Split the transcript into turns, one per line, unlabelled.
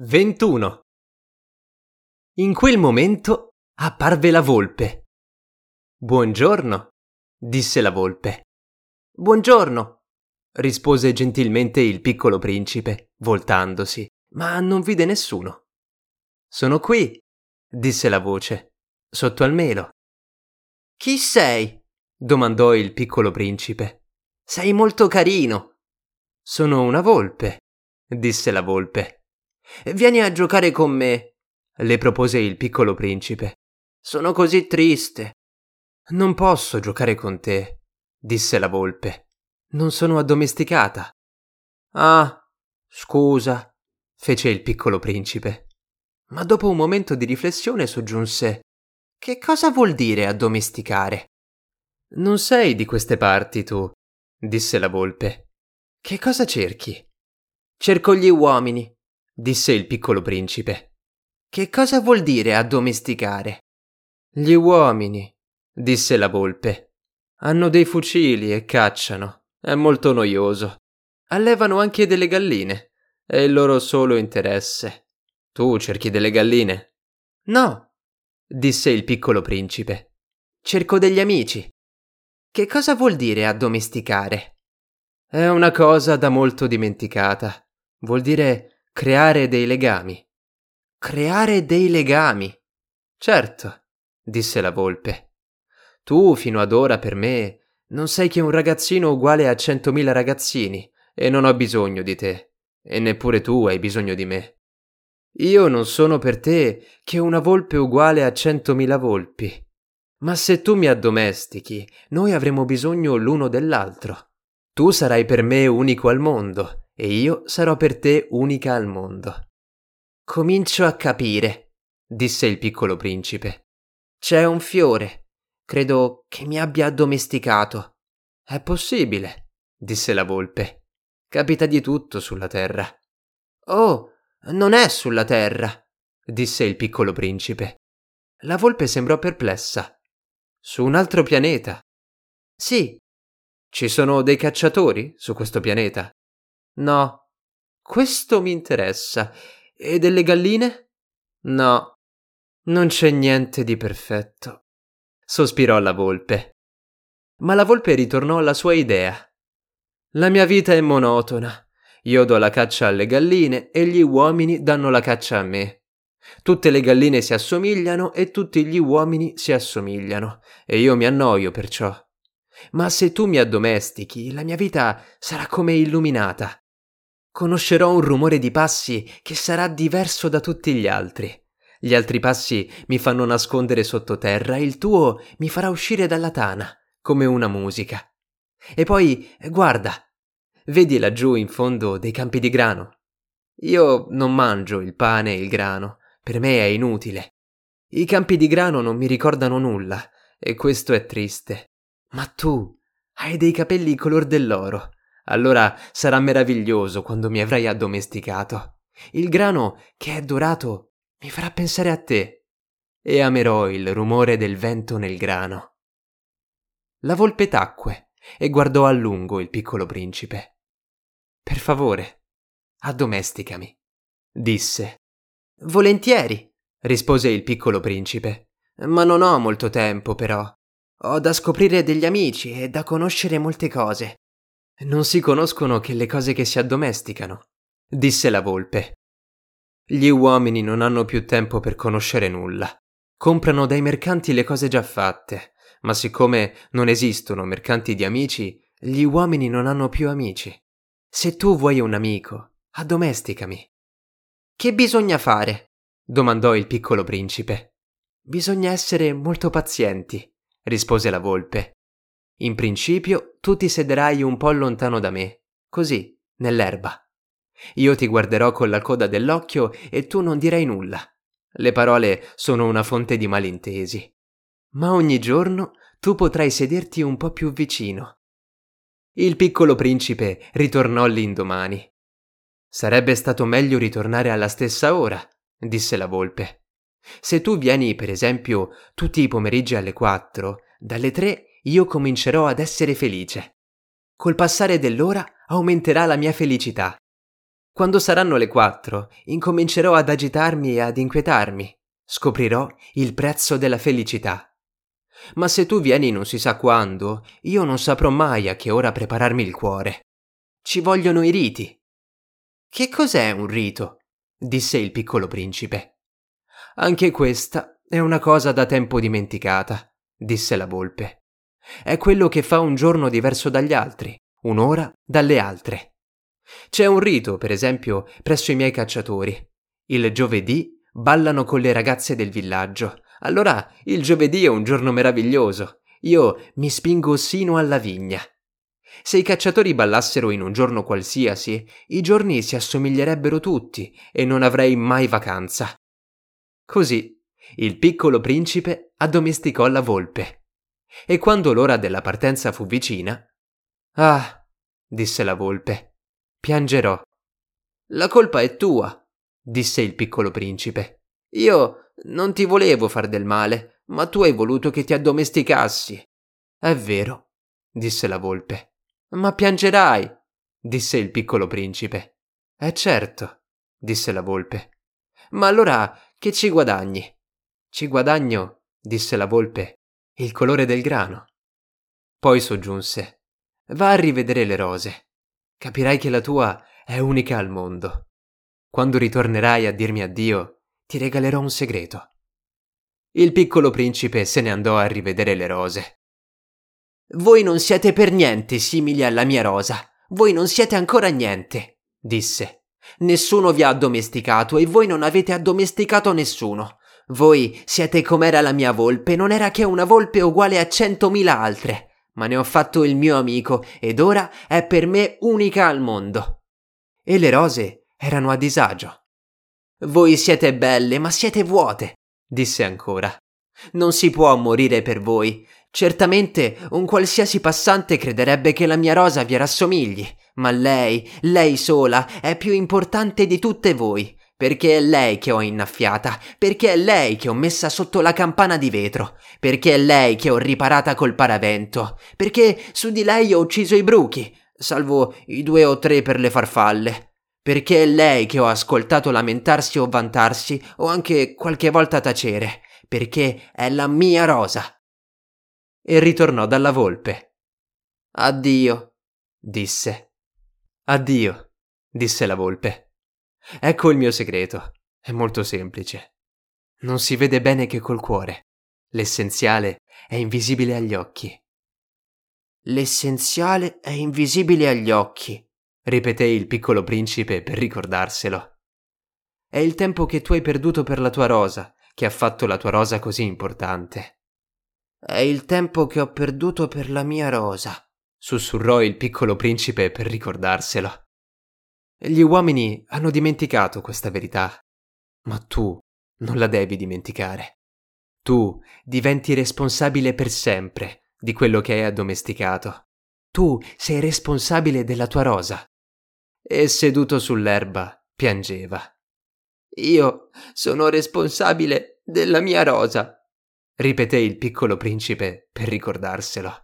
21. In quel momento apparve la volpe. «Buongiorno», disse la volpe. «Buongiorno», rispose gentilmente il piccolo principe, voltandosi, ma non vide nessuno. «Sono qui», disse la voce, «sotto al melo». «Chi sei?» domandò il piccolo principe. «Sei molto carino». «Sono una volpe», disse la volpe. «Vieni a giocare con me», le propose il piccolo principe. «Sono così triste». «Non posso giocare con te», disse la volpe. «Non sono addomesticata». «Ah, scusa», fece il piccolo principe. Ma dopo un momento di riflessione soggiunse: «Che cosa vuol dire addomesticare?» «Non sei di queste parti tu», disse la volpe. «Che cosa cerchi?» «Cerco gli uomini», disse il piccolo principe. «Che cosa vuol dire addomesticare?» «Gli uomini», disse la volpe, «hanno dei fucili e cacciano. È molto noioso. Allevano anche delle galline. È il loro solo interesse. Tu cerchi delle galline?» «No», disse il piccolo principe. «Cerco degli amici». «Che cosa vuol dire addomesticare?» «È una cosa da molto dimenticata. Vuol dire creare dei legami». «Creare dei legami?» «Certo», disse la volpe. «Tu fino ad ora per me non sei che un ragazzino uguale a 100.000 ragazzini e non ho bisogno di te, e neppure tu hai bisogno di me. Io non sono per te che una volpe uguale a 100.000 volpi. Ma se tu mi addomestichi, noi avremo bisogno l'uno dell'altro. Tu sarai per me unico al mondo e io sarò per te unica al mondo». «Comincio a capire», disse il piccolo principe. «C'è un fiore. Credo che mi abbia addomesticato». «È possibile», disse la volpe. «Capita di tutto sulla terra». «Oh, non è sulla terra», disse il piccolo principe. La volpe sembrò perplessa. «Su un altro pianeta?» «Sì». «Ci sono dei cacciatori su questo pianeta?» «No». «Questo mi interessa. E delle galline?» «No». «Non c'è niente di perfetto», sospirò la volpe. Ma la volpe ritornò alla sua idea. «La mia vita è monotona. Io do la caccia alle galline e gli uomini danno la caccia a me. Tutte le galline si assomigliano e tutti gli uomini si assomigliano, e io mi annoio perciò. Ma se tu mi addomestichi, la mia vita sarà come illuminata. Conoscerò un rumore di passi che sarà diverso da tutti gli altri. Gli altri passi mi fanno nascondere sottoterra e il tuo mi farà uscire dalla tana, come una musica. E poi, guarda, vedi laggiù in fondo dei campi di grano? Io non mangio il pane e il grano, per me è inutile. I campi di grano non mi ricordano nulla, e questo è triste. Ma tu hai dei capelli color dell'oro. Allora sarà meraviglioso quando mi avrai addomesticato. Il grano che è dorato mi farà pensare a te e amerò il rumore del vento nel grano». La volpe tacque e guardò a lungo il piccolo principe. «Per favore, addomesticami», disse. «Volentieri», rispose il piccolo principe, «ma non ho molto tempo però. Ho da scoprire degli amici e da conoscere molte cose». «Non si conoscono che le cose che si addomesticano», disse la volpe. «Gli uomini non hanno più tempo per conoscere nulla. Comprano dai mercanti le cose già fatte, ma siccome non esistono mercanti di amici, gli uomini non hanno più amici. Se tu vuoi un amico, addomesticami». «Che bisogna fare?» domandò il piccolo principe. «Bisogna essere molto pazienti», rispose la volpe. «In principio tu ti sederai un po' lontano da me, così, nell'erba. Io ti guarderò con la coda dell'occhio e tu non dirai nulla. Le parole sono una fonte di malintesi. Ma ogni giorno tu potrai sederti un po' più vicino». Il piccolo principe ritornò l'indomani. «Sarebbe stato meglio ritornare alla stessa ora», disse la volpe. «Se tu vieni, per esempio, tutti i pomeriggi alle 4, dalle 3 io comincerò ad essere felice. Col passare dell'ora aumenterà la mia felicità. Quando saranno le 4, incomincerò ad agitarmi e ad inquietarmi. Scoprirò il prezzo della felicità. Ma se tu vieni non si sa quando, io non saprò mai a che ora prepararmi il cuore. Ci vogliono i riti. Che cos'è un rito? Disse il piccolo principe. Anche questa è una cosa da tempo dimenticata, disse la volpe. È quello che fa un giorno diverso dagli altri, un'ora dalle altre. C'è un rito, per esempio, presso i miei cacciatori. Il giovedì ballano con le ragazze del villaggio. Allora il giovedì è un giorno meraviglioso. Io mi spingo sino alla vigna. Se i cacciatori ballassero in un giorno qualsiasi, i giorni si assomiglierebbero tutti e non avrei mai vacanza. Così il piccolo principe addomesticò la volpe. E quando l'ora della partenza fu vicina, «Ah», disse la volpe, «piangerò». «La colpa è tua», disse il piccolo principe. «Io non ti volevo far del male, ma tu hai voluto che ti addomesticassi». «È vero», disse la volpe. «Ma piangerai», disse il piccolo principe. Certo», disse la volpe. «Ma allora che ci guadagni?» «Ci guadagno», disse la volpe, «il colore del grano». Poi soggiunse: «Va a rivedere le rose. Capirai che la tua è unica al mondo. Quando ritornerai a dirmi addio, ti regalerò un segreto». Il piccolo principe se ne andò a rivedere le rose. «Voi non siete per niente simili alla mia rosa. Voi non siete ancora niente», disse. «Nessuno vi ha addomesticato e voi non avete addomesticato nessuno. Voi siete com'era la mia volpe, non era che una volpe uguale a 100.000 altre, ma ne ho fatto il mio amico ed ora è per me unica al mondo». E le rose erano a disagio. «Voi siete belle, ma siete vuote», disse ancora. «Non si può morire per voi. Certamente un qualsiasi passante crederebbe che la mia rosa vi rassomigli, ma lei sola, è più importante di tutte voi, perché è lei che ho innaffiata, perché è lei che ho messa sotto la campana di vetro, perché è lei che ho riparata col paravento, perché su di lei ho ucciso i bruchi, salvo i 2 o 3 per le farfalle, perché è lei che ho ascoltato lamentarsi o vantarsi o anche qualche volta tacere, perché è la mia rosa». E ritornò dalla volpe. «Addio», disse. «Addio», disse la volpe. «Ecco il mio segreto. È molto semplice. Non si vede bene che col cuore. L'essenziale è invisibile agli occhi». «L'essenziale è invisibile agli occhi», ripeté il piccolo principe per ricordarselo. «È il tempo che tu hai perduto per la tua rosa che ha fatto la tua rosa così importante». «È il tempo che ho perduto per la mia rosa», sussurrò il piccolo principe per ricordarselo. «Gli uomini hanno dimenticato questa verità, ma tu non la devi dimenticare. Tu diventi responsabile per sempre di quello che hai addomesticato. Tu sei responsabile della tua rosa». E seduto sull'erba piangeva. «Io sono responsabile della mia rosa», ripeté il piccolo principe per ricordarselo.